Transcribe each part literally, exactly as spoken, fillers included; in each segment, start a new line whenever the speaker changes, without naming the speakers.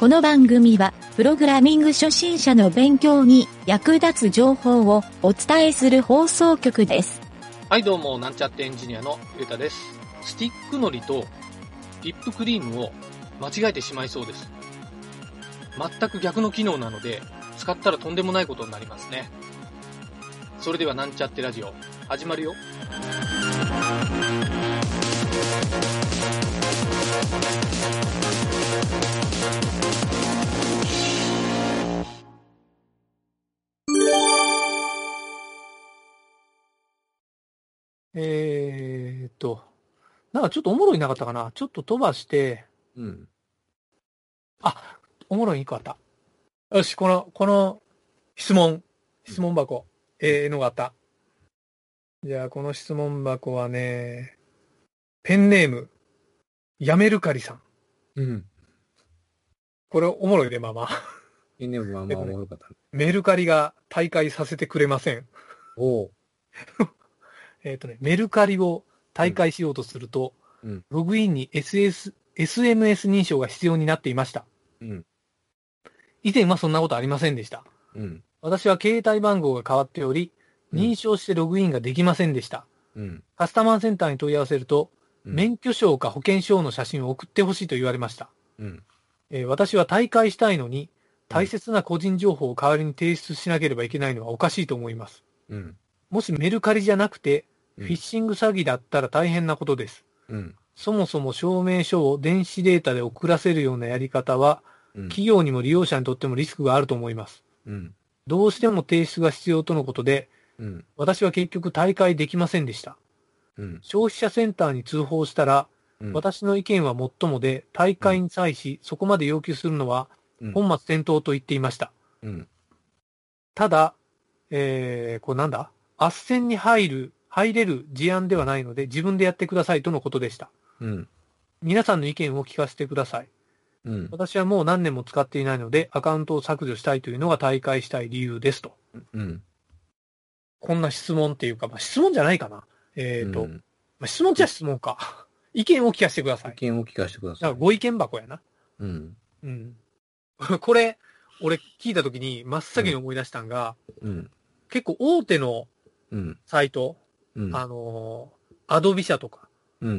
の番組は、プログラミング初心者の勉強に役立つ情報をお伝えする放送局です。
はい、どうも、なんちゃってエンジニアのゆうたです。スティックのりとリップクリームを間違えてしまいそうです。全く逆の機能なので、使ったらとんでもないことになりますね。それではなんちゃってラジオ、始まるよ。
えーっと、なんかちょっとおもろいなかったかな。ちょっと飛ばして、
うん。
あ、おもろいいっこあった。よし、この、この質問、質問箱、ええのがあった。じゃあ、この質問箱はね、ペンネーム、やめるかりさん。
うん。
これおもろいで、まあまあ。
ペンネームはまあおもろかったね。
メルカリが大会させてくれません。
おう。
えっとね、メルカリを大会しようとすると、
うん、
ログインに エスエス、エスエムエス 認証が必要になっていました。
うん。
以前はそんなことありませんでした。
うん。
私は携帯番号が変わっており、認証してログインができませんでした。
うん、
カスタマーセンターに問い合わせると、
うん、
免許証か保険証の写真を送ってほしいと言われました、
うん
えー。私は退会したいのに、大切な個人情報を代わりに提出しなければいけないのはおかしいと思います。
うん、
もしメルカリじゃなくて、
うん、
フィッシング詐欺だったら大変なことです。
うん、そ
もそも証明書を電子データで送らせるようなやり方は、
うん、
企業にも利用者にとってもリスクがあると思います。
うん、
どうしても提出が必要とのことで、
うん、
私は結局退会できませんでした。うん、消費者センターに通報したら、うん、私の意見はもっともで、退会に際し、うん、そこまで要求するのは、本末転倒と言っていました。うん、ただ、えー、これなんだ斡旋に入る、入れる事案ではないので、自分でやってくださいとのことでした。うん、皆さんの意見を聞かせてください。うん、私はもう何年も使っていないので、アカウントを削除したいというのが退会したい理由ですと。うん、こんな質問っていうか、まあ、質問じゃないかな。えっ、ー、と、うん、まあ、質問っちゃ質問か。意見を聞かせてください。
意見を聞かせてください。
だからご意見箱やな。うん。うん。これ、俺聞いたときに真っ先に思い出したんが、うん、結構大手のサイト、うん、あのー、アドビ社とか、うんうん、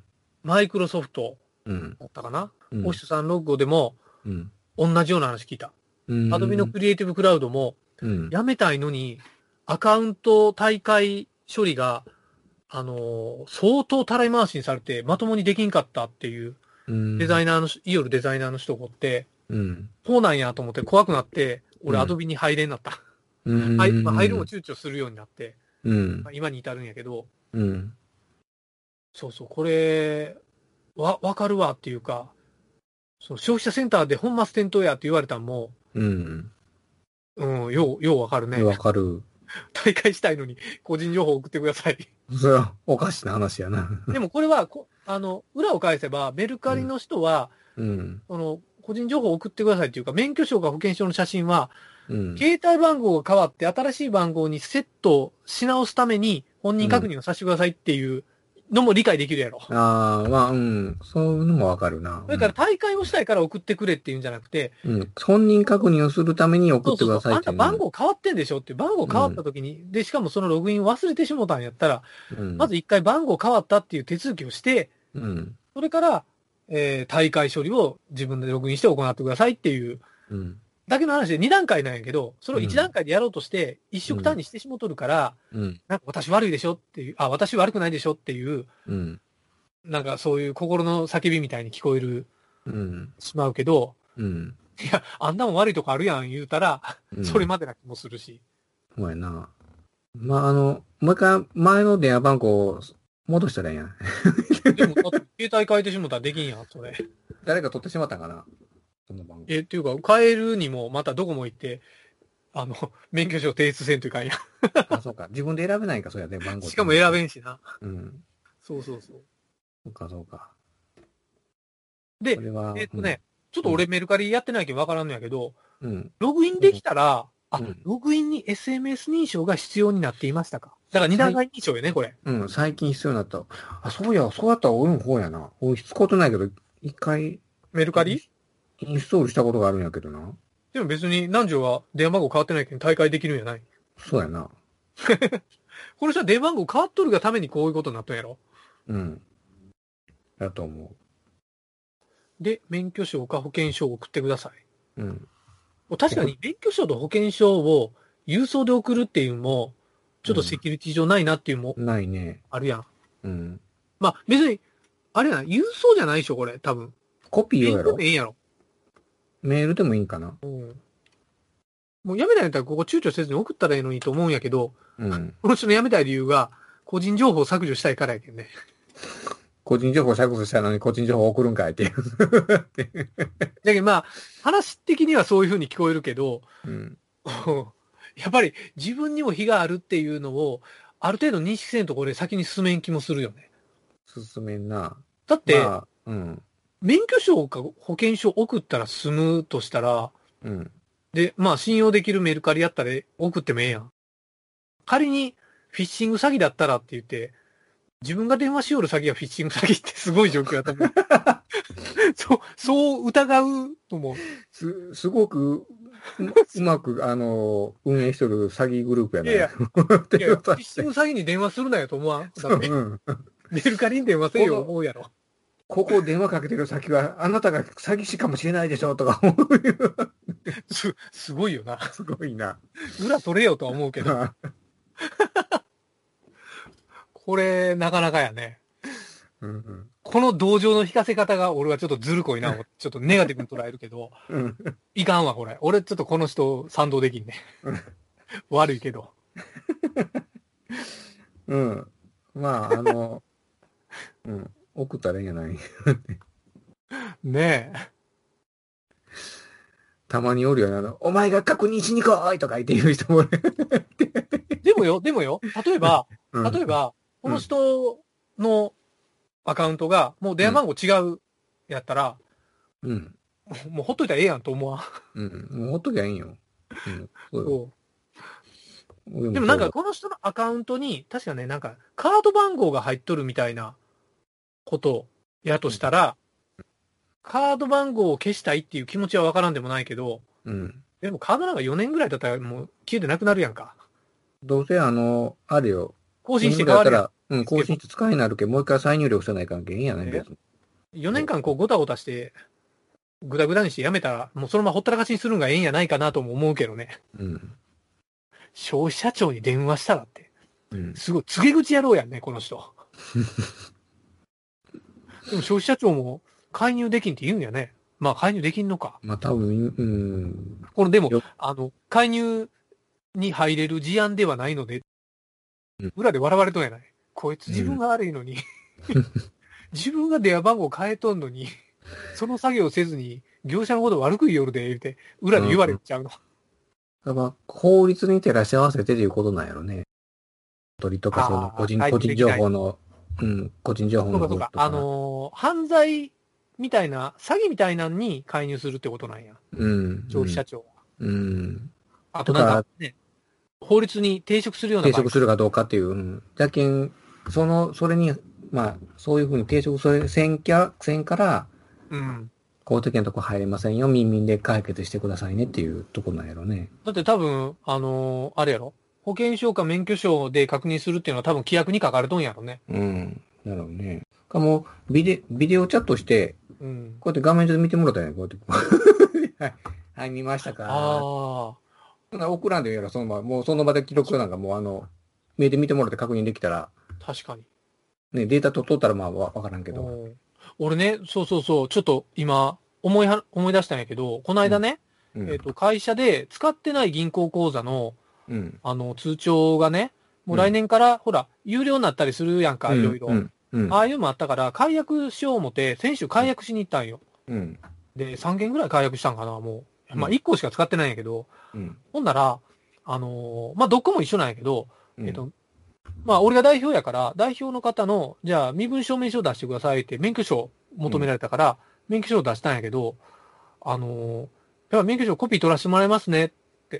マイクロソフトだったかな、うん、オフィスさんロゴでも、うん、同じような話聞いた。アドビのクリエイティブクラウドも、うん、やめたいのに、アカウント大会処理が、あのー、相当たらい回しにされて、まともにできんかったっていう、デザイナーの、いよるデザイナーの人がおって、うん、こうなんやと思って怖くなって、俺、アドビに入れんなった。うん、はい、まあ、入るも躊躇するようになって、うんまあ、今に至るんやけど、うん、そうそう、これ、わ、わかるわっていうか、そう消費者センターで本末転倒やって言われたんも、うん、うん、よう、ようわかるね。
わかる。
大会したいのに個人情報送ってください。
それはおかしな話やな。
でもこれはこ、あの、裏を返せば、メルカリの人は、うん、その、個人情報を送ってくださいっていうか、免許証か保険証の写真は、うん、携帯番号が変わって新しい番号にセットし直すために本人確認をさせてくださいっていうのも理解できるやろ。
うん、ああ、まあ、うん。そういうのもわかるな。
だから大会をしたいから送ってくれっていうんじゃなくて、
うん。本人確認をするために送ってくださいっていう。
そうそうそう。あんた番号変わってんでしょって番号変わった時に、うん、で、しかもそのログイン忘れてしもたんやったら、うん、まず一回番号変わったっていう手続きをして、うん、それから、えー、大会処理を自分でログインして行ってくださいっていう、うんだけの話でに段階なんやけど、それをいち段階でやろうとして、一色単にしてしもとるから、うん、なんか私悪いでしょっていう、あ、私悪くないでしょっていう、うん、なんかそういう心の叫びみたいに聞こえる、うん、しまうけど、うん、いや、あんなもん悪いとこあるやん言うたら、うん、それまでな気もするし。
お前な。まあ、あの、もう一回前の電話番号を戻したらいいやん。
でも、携帯変えてしもたらできんやん、それ。
誰か取ってしまったんかなその番号。
え、っていうか、変えるにも、またどこも行って、あの、免許証提出せんというかんや。
あ、そうか。自分で選べないんか、そうやね、番号。
しかも選べんしな。うん。そうそうそう。
そうか、そうか。
で、えっとね、うん、ちょっと俺メルカリやってないけど分からんのやけど、うん、ログインできたら、うん、あ、ログインに エスエムエス 認証が必要になっていましたか。だから二段階認証よね、これ。
うん、最近必要になった。あ、そうや、そうやったら俺の方やな。俺しつこうとないけど、一回。
メルカリ
インストールしたことがあるんやけどな。
でも別に南條は電話番号変わってないけど大会できるんやない？
そうやな。
この人は電話番号変わっとるがためにこういうことになったんやろ？
うん。だと思
う。で、免許証か保険証を送ってください。
うん。
確かに免許証と保険証を郵送で送るっていうのも、ちょっとセキュリティ上ないなっていうのも、
ないね。
あるやん。
うん。
まあ別に、あれやな、郵送じゃないでしょ、これ、多分。
コピーやろ。
メールでもいいんやろ。
メールでもいいんかな。
うん。もうやめないんだったらここ躊躇せずに送ったらいいのにと思うんやけど、
うん。こ
の人のやめたい理由が、個人情報を削除したいからやけどね。
個人情報削除したのに個人情報送るんかいっていう。
だけどまあ、話的にはそういう風に聞こえるけど、
うん、
やっぱり自分にも非があるっていうのを、ある程度認識せんとこれ先に進めん気もするよね。
進めんな。
だって、
まあうん、
免許証か保険証送ったら済むとしたら、
うん、
で、まあ信用できるメルカリやったら送ってもええやん。仮にフィッシング詐欺だったらって言って、自分が電話しよる詐欺はフィッシング詐欺ってすごい状況だと思う。そう、そう疑うと思う。
す、すごくう、うまく、あの、運営しとる詐欺グループやね。
いやいや、いやフィッシング詐欺に電話するなよと思わん。だって、うん、メルカリに電話せよ思うやろ。
ここ電話かけてる先は、あなたが詐欺師かもしれないでしょとか思う
す。すごいよな。
すごいな。
裏取れよとは思うけど。これ、なかなかやね。うんうん、この同情の引かせ方が俺はちょっとずるこいな。ちょっとネガティブに捉えるけど。うん、いかんわ、これ。俺ちょっとこの人賛同できんね。悪いけど。
うん。まあ、あの、うん。送ったらいいんじゃない
ねえ。
たまにおるよね。あの、お前が確認しに来いとか言って言う人も
でもよ、でもよ、例えば、うん、例えば、この人のアカウントが、もう電話番号違うやったら、うん。もうほっといたらええやんと思わ
ん。うん。もうほっときゃいいんよ。うん。そう
でもなんかこの人のアカウントに、確かね、なんかカード番号が入っとるみたいなことやとしたら、うん、カード番号を消したいっていう気持ちはわからんでもないけど、うん。でもカードなんかよねんぐらいだったらもう消えてなくなるやんか。
どうせあの、あれよ。
更新して変わるやん。
うん、更新して使いになるけど、もう一回再入力せない関係いいんやね、別に。
よねんかんこうごたごたして、ぐだぐだにしてやめたら、もうそのままほったらかしにするんがええんやないかなとも思うけどね。うん。消費者庁に電話したらって。うん。すごい、告げ口やろうやんね、この人。でも消費者庁も介入できんって言うんやね。まあ介入できんのか。
まあ多分、うん。
このでも、あの、介入に入れる事案ではないので、うん、裏で笑われとんやない。こいつ自分が悪いのに、うん、自分が電話番号変えとんのに、その作業せずに業者のこと悪く言いよるで、言うて、裏で言われちゃうの。
だから法律に照らし合わせてということなんやろね。取りとかその個人、個人情報の、うん、個人情報の
ことか。あのー、犯罪みたいな、詐欺みたいなのに介入するってことなんや。うん。消費者庁は。うん。あとなんか、ね、法律に抵触するような
抵触するかどうかっていう。うん。じゃけん、その、それに、まあ、そういうふうに抵触せんきゃ、せんから、うん。公的なとこ入れませんよ。民民で解決してくださいねっていうとこなんやろね。
だって多分、あのー、あれやろ。保険証か免許証で確認するっていうのは多分規約に書かれとんやろね。
うん。なるほどね。かも、ビデ、ビデオチャットして、うん。こうやって画面上で見てもらったらね、こうやって。はい。はい、見ましたか。ああ。送らんでいいやろ、その場、もうその場で記録なんかもうあの、目で見てもらって確認できたら。
確かに。
ね、データと取ったらまあわからんけど。
俺ね、そうそうそう、ちょっと今、思いは、思い出したんやけど、この間ね、うんうん、えっと、会社で使ってない銀行口座の、うん、あの、通帳がね、もう来年から、うん、ほら、有料になったりするやんか、いろいろ。ああいうのもあったから、解約しよう思って、先週解約しに行ったんよ。うん、で、さんけんぐらい解約したんかな、もう。まあ、いっこしか使ってないんやけど、うん、ほんなら、あのー、まあ、どこも一緒なんやけど、うん、えっと、まあ、俺が代表やから、代表の方の、じゃあ、身分証明書を出してくださいって、免許証求められたから、うん、免許証を出したんやけど、あのー、やっぱ免許証コピー取らせてもらいますねって、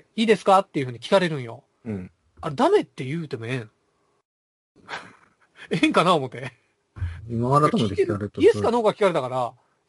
いいですかっていうふうに聞かれるんよ。うん。あれ、ダメって言うてもええんええんかな思って。
今改めて聞かれた。
イエスかノーか聞かれたから、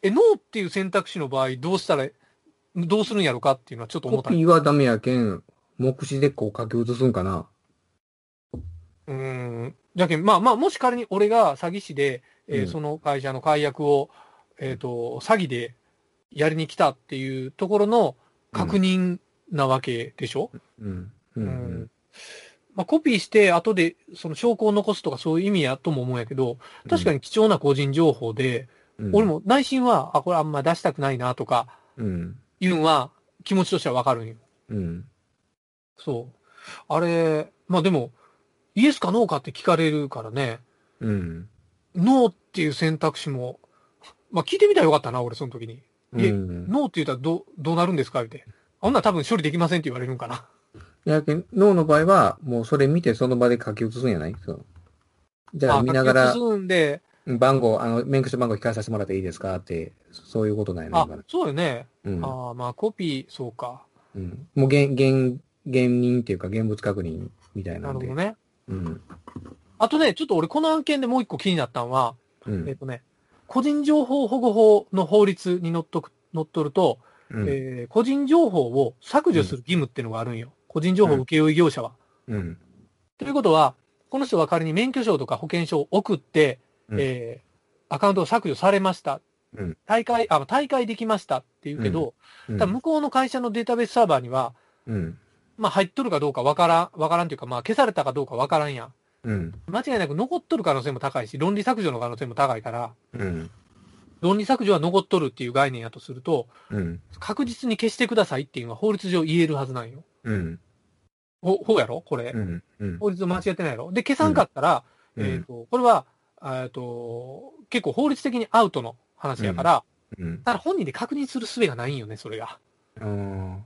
え、ノーっていう選択肢の場合、どうしたら、どうするんやろかっていうのはちょっと思った。
コピーはダメやけん、目視でこう書き写すんかな。
うーん。じゃけん、まあまあ、もし仮に俺が詐欺師で、えーうん、その会社の解約を、えっ、ー、と、詐欺でやりに来たっていうところの確認なわけでしょ？うん。うん。うんうんまあ、コピーして後でその証拠を残すとかそういう意味やとも思うんやけど、確かに貴重な個人情報で、うん、俺も内心は、あ、これあんま出したくないなとか、いうのは気持ちとしてはわかるんよ。うん。そう。あれ、まあでも、イエスかノーかって聞かれるからね。うん。ノーっていう選択肢も、まあ聞いてみたらよかったな、俺その時に。うん、いえ、ノーって言ったらど、どうなるんですかって。あんな多分処理できませんって言われるんかな。
いや、ノーの場合は、もうそれ見てその場で書き写すんやないそう。じゃあ見ながら、書き写すんで、番号、あの、免許証番号聞かさせてもらっていいですかって、そういうことなんやね。
あ、そうよね。うん、ああ、まあコピー、そうか。
うん。もう現、現、現認っていうか現物確認みたいなんで。
なるほどね。うん。あとね、ちょっと俺この案件でもう一個気になったのは、うん、えっとね、個人情報保護法の法律にのっとく、のっとると、うんえー、個人情報を削除する義務っていうのがあるんよ。うん、個人情報請負業者は。うん。ということは、この人が仮に免許証とか保険証を送って、うん、えー、アカウントを削除されました。うん、大会、あ、大会できましたって言うけど、うん、多分向こうの会社のデータベースサーバーには、うん、まあ入っとるかどうかわからん、わからんというか、まあ消されたかどうかわからんやん。うん、間違いなく残っとる可能性も高いし、論理削除の可能性も高いから、うん、論理削除は残っとるっていう概念やとすると、うん、確実に消してくださいっていうのは法律上言えるはずなんよ。うん、ほ、ほうやろこれ、うんうん。法律間違ってないやろで、消さんかったら、うん、えっ、ー、と、これは、えっと、結構法律的にアウトの話やから、うんうん、ただ本人で確認する術がないんよね、それが。うん。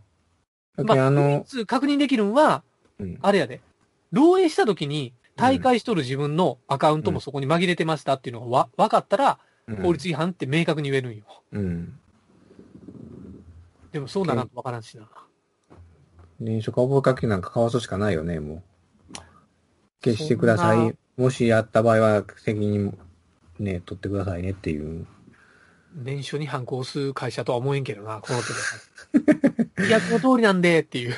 まあ、あの、確認できるんは、うん、あれやで。漏洩した時に、大会しとる自分のアカウントもそこに紛れてましたっていうのがわ、分かったら、法律違反って明確に言えるんよ。うん。でもそうだなと分からんしな。臨
書か覚書きなんか交わすしかないよね、もう。消してください。もしやった場合は責任ね、取ってくださいねっていう。
念書に反抗する会社とは思えんけどな、この手で。規約の通りなんでっていう。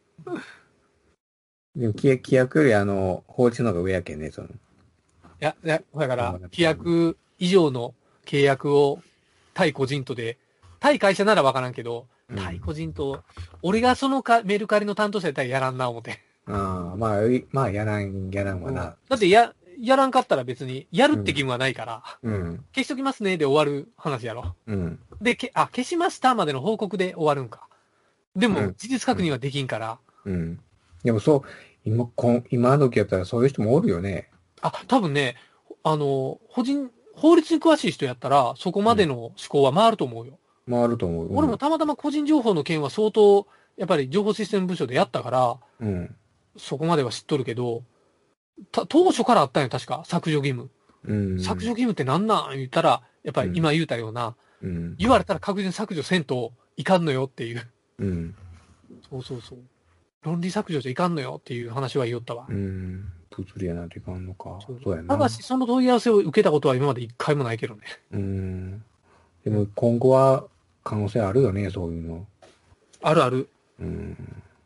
でも規約、規約よりあの、法律の方が上やけんね、その。い
や、いや、だから、規約以上の契約を対個人とで、対会社ならわからんけど、うん、対個人と、俺がそのかメルカリの担当者やったらやらんな、思って。
ああ、まあ、まあ、やらん、やらんわな、うん。
だってや、やらんかったら別に、やるって義務はないから、うん、消しときますねで終わる話やろ。うん、で、け、あ、消しましたまでの報告で終わるんか。でも、事実確認はできんから。うん。うん、
でもそう、今、こ今時やったらそういう人もおるよね。
あ、多分ね、あの、法人、法律に詳しい人やったら、そこまでの思考は回ると思うよ。
回ると思う。
うん、俺もたまたま個人情報の件は相当、やっぱり情報システム部署でやったから、うん、そこまでは知っとるけど、た当初からあったんよ、確か、削除義務。うん、削除義務ってなんなん言ったら、やっぱり今言うたような、うん、言われたら確実に削除せんといかんのよっていう。うん、そうそうそう。論理削除じゃいかんのよっていう話は言おったわ。うん。
物理やないといかんのか。
そうそうやな。ただし、その問い合わせを受けたことは今まで一回もないけどね。うん。
でも今後は可能性あるよね、そういうの。
あるある。うん。うん。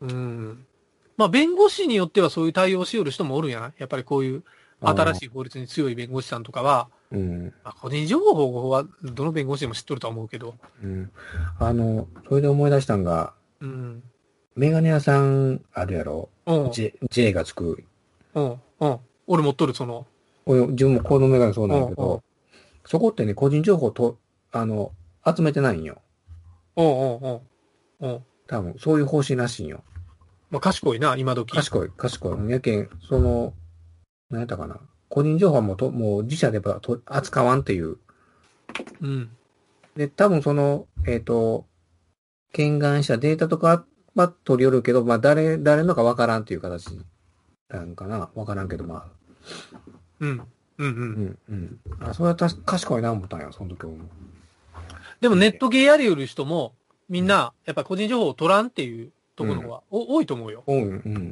まあ、弁護士によってはそういう対応しよる人もおるんやな。やっぱりこういう新しい法律に強い弁護士さんとかは、うん。まあ、個人情報保護はどの弁護士でも知っとるとは思うけど。
うん。あの、それで思い出したんが、うん。メガネ屋さんあるやろ、うん、J, J がつく。
うん。うん。俺持っとる、その。
俺、自分もこのメガネそうなんだけど、うんうん、そこってね、個人情報と、あの、集めてないんよ。
うんうんうん。うん。
多分、そういう方針らしいんよ。
まあ、賢いな、今時。
賢い、賢い。やけん、その、何やったかな。個人情報もと、もう自社でばと扱わんっていう。うん。で、多分その、えっ、ー、と、見願したデータとかは取り寄るけど、まあ、誰、誰のかわからんっていう形なんかな。わからんけど、まあ。うん。うんうん。うんうん。あ、それはた賢いな思ったんや、その時も。
でもネットゲーやりよる人も、みんな、やっぱ個人情報を取らんっていうところの方が、うん、多いと思うよ。うん、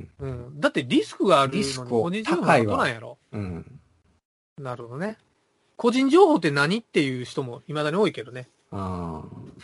うん。だってリスクがあるのに個人情報は取らんやろ。うん。なるほどね。個人情報って何っていう人も未だに多いけどね。 あ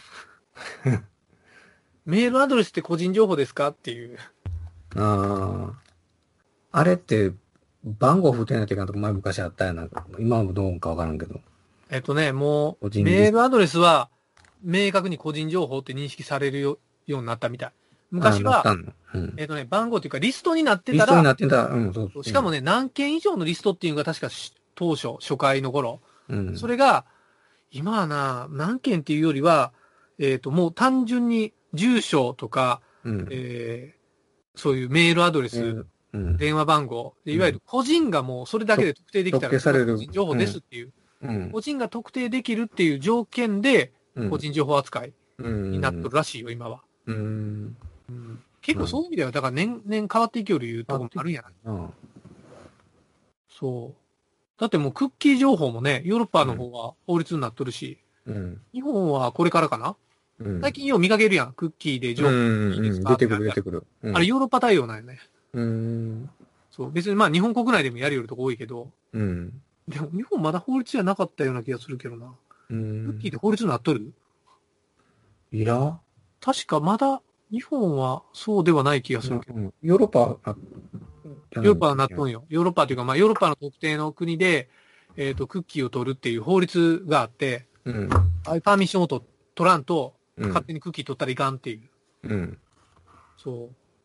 メールアドレスって個人情報ですかっていう。
ああ。あれって、番号振ってないといかんとか前昔あったやな。今はどうかわからんけど。
えっとね、もう、メールアドレスは、明確に個人情報って認識されるようになったみたい。昔は、うん、えっとね、番号っていうかリストになってたら、リス
トになってた、うん、そうそう。
しかもね、何件以上のリストっていうのが確か当初、初回の頃。うん、それが、今はな、何件っていうよりは、えっと、もう単純に住所とか、うん、えー、そういうメールアドレス、うん、電話番号、いわゆる個人がもうそれだけで特定できたら、個人情報ですっていう、うん、個人が特定できるっていう条件で、個人情報扱いになっとるらしいよ、今は。うんうん、結構そういう意味では、だから年々変わっていきよるいうところもあるんやない、うん、そう。だってもうクッキー情報もね、ヨーロッパの方は法律になっとるし、うん、日本はこれからかな、うん、最近よう見かけるやん、クッキーで情報いいですか、
うんうん、出てくる出てくる、
うん。あれヨーロッパ対応なんよね。うん、そう。別にまあ日本国内でもやるよるとこ多いけど、うん、でも日本まだ法律じゃなかったような気がするけどな。うん、クッキーで法律になっとる？
いや。
確かまだ日本はそうではない気がするけど。うん、
ヨーロッパ、
ヨーロッパはなっとんよ。ヨーロッパというか、まあヨーロッパの特定の国で、えっと、クッキーを取るっていう法律があって、うん、ああいうパーミッションをと取らんと、うん、勝手にクッキー取ったらいかんっていう。うん。そう。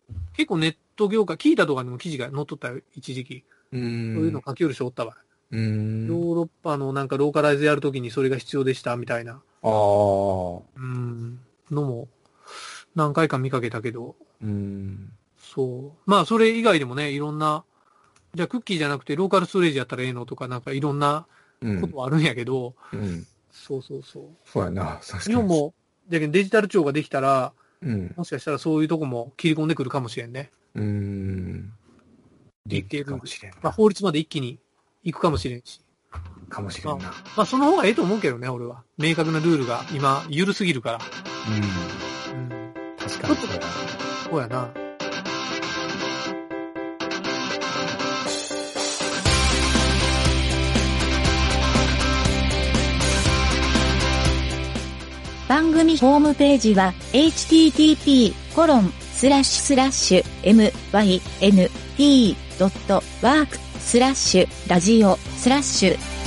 結構ネット業界、聞いたとかにも記事が載っとったよ、一時期。うん。そういうの書きよる人おったわ。うん。ヨーロッパのなんかローカライズやるときにそれが必要でしたみたいな。ああ。うん。のも、何回か見かけたけど。うん。そう。まあ、それ以外でもね、いろんな、じゃあクッキーじゃなくてローカルストレージやったらええのとか、なんかいろんなことはあるんやけど、うん。うん、そうそうそう。
そうやな、確かに。
日本も、じゃデジタル庁ができたら、うん、もしかしたらそういうとこも切り込んでくるかもしれんね。うん。できるかもしれん。まあ、法律まで一気に行くかもしれんし。
かもしれんな。
まあ、まあ、その方がええと思うけどね、俺は。明確なルールが今、緩すぎるから。うん。うん。
確かに。
そうやな。
番組ホームページは エイチティーティーピーコロンスラッシュスラッシュエムワイエヌティードットワークスラッシュラジオスラッシュ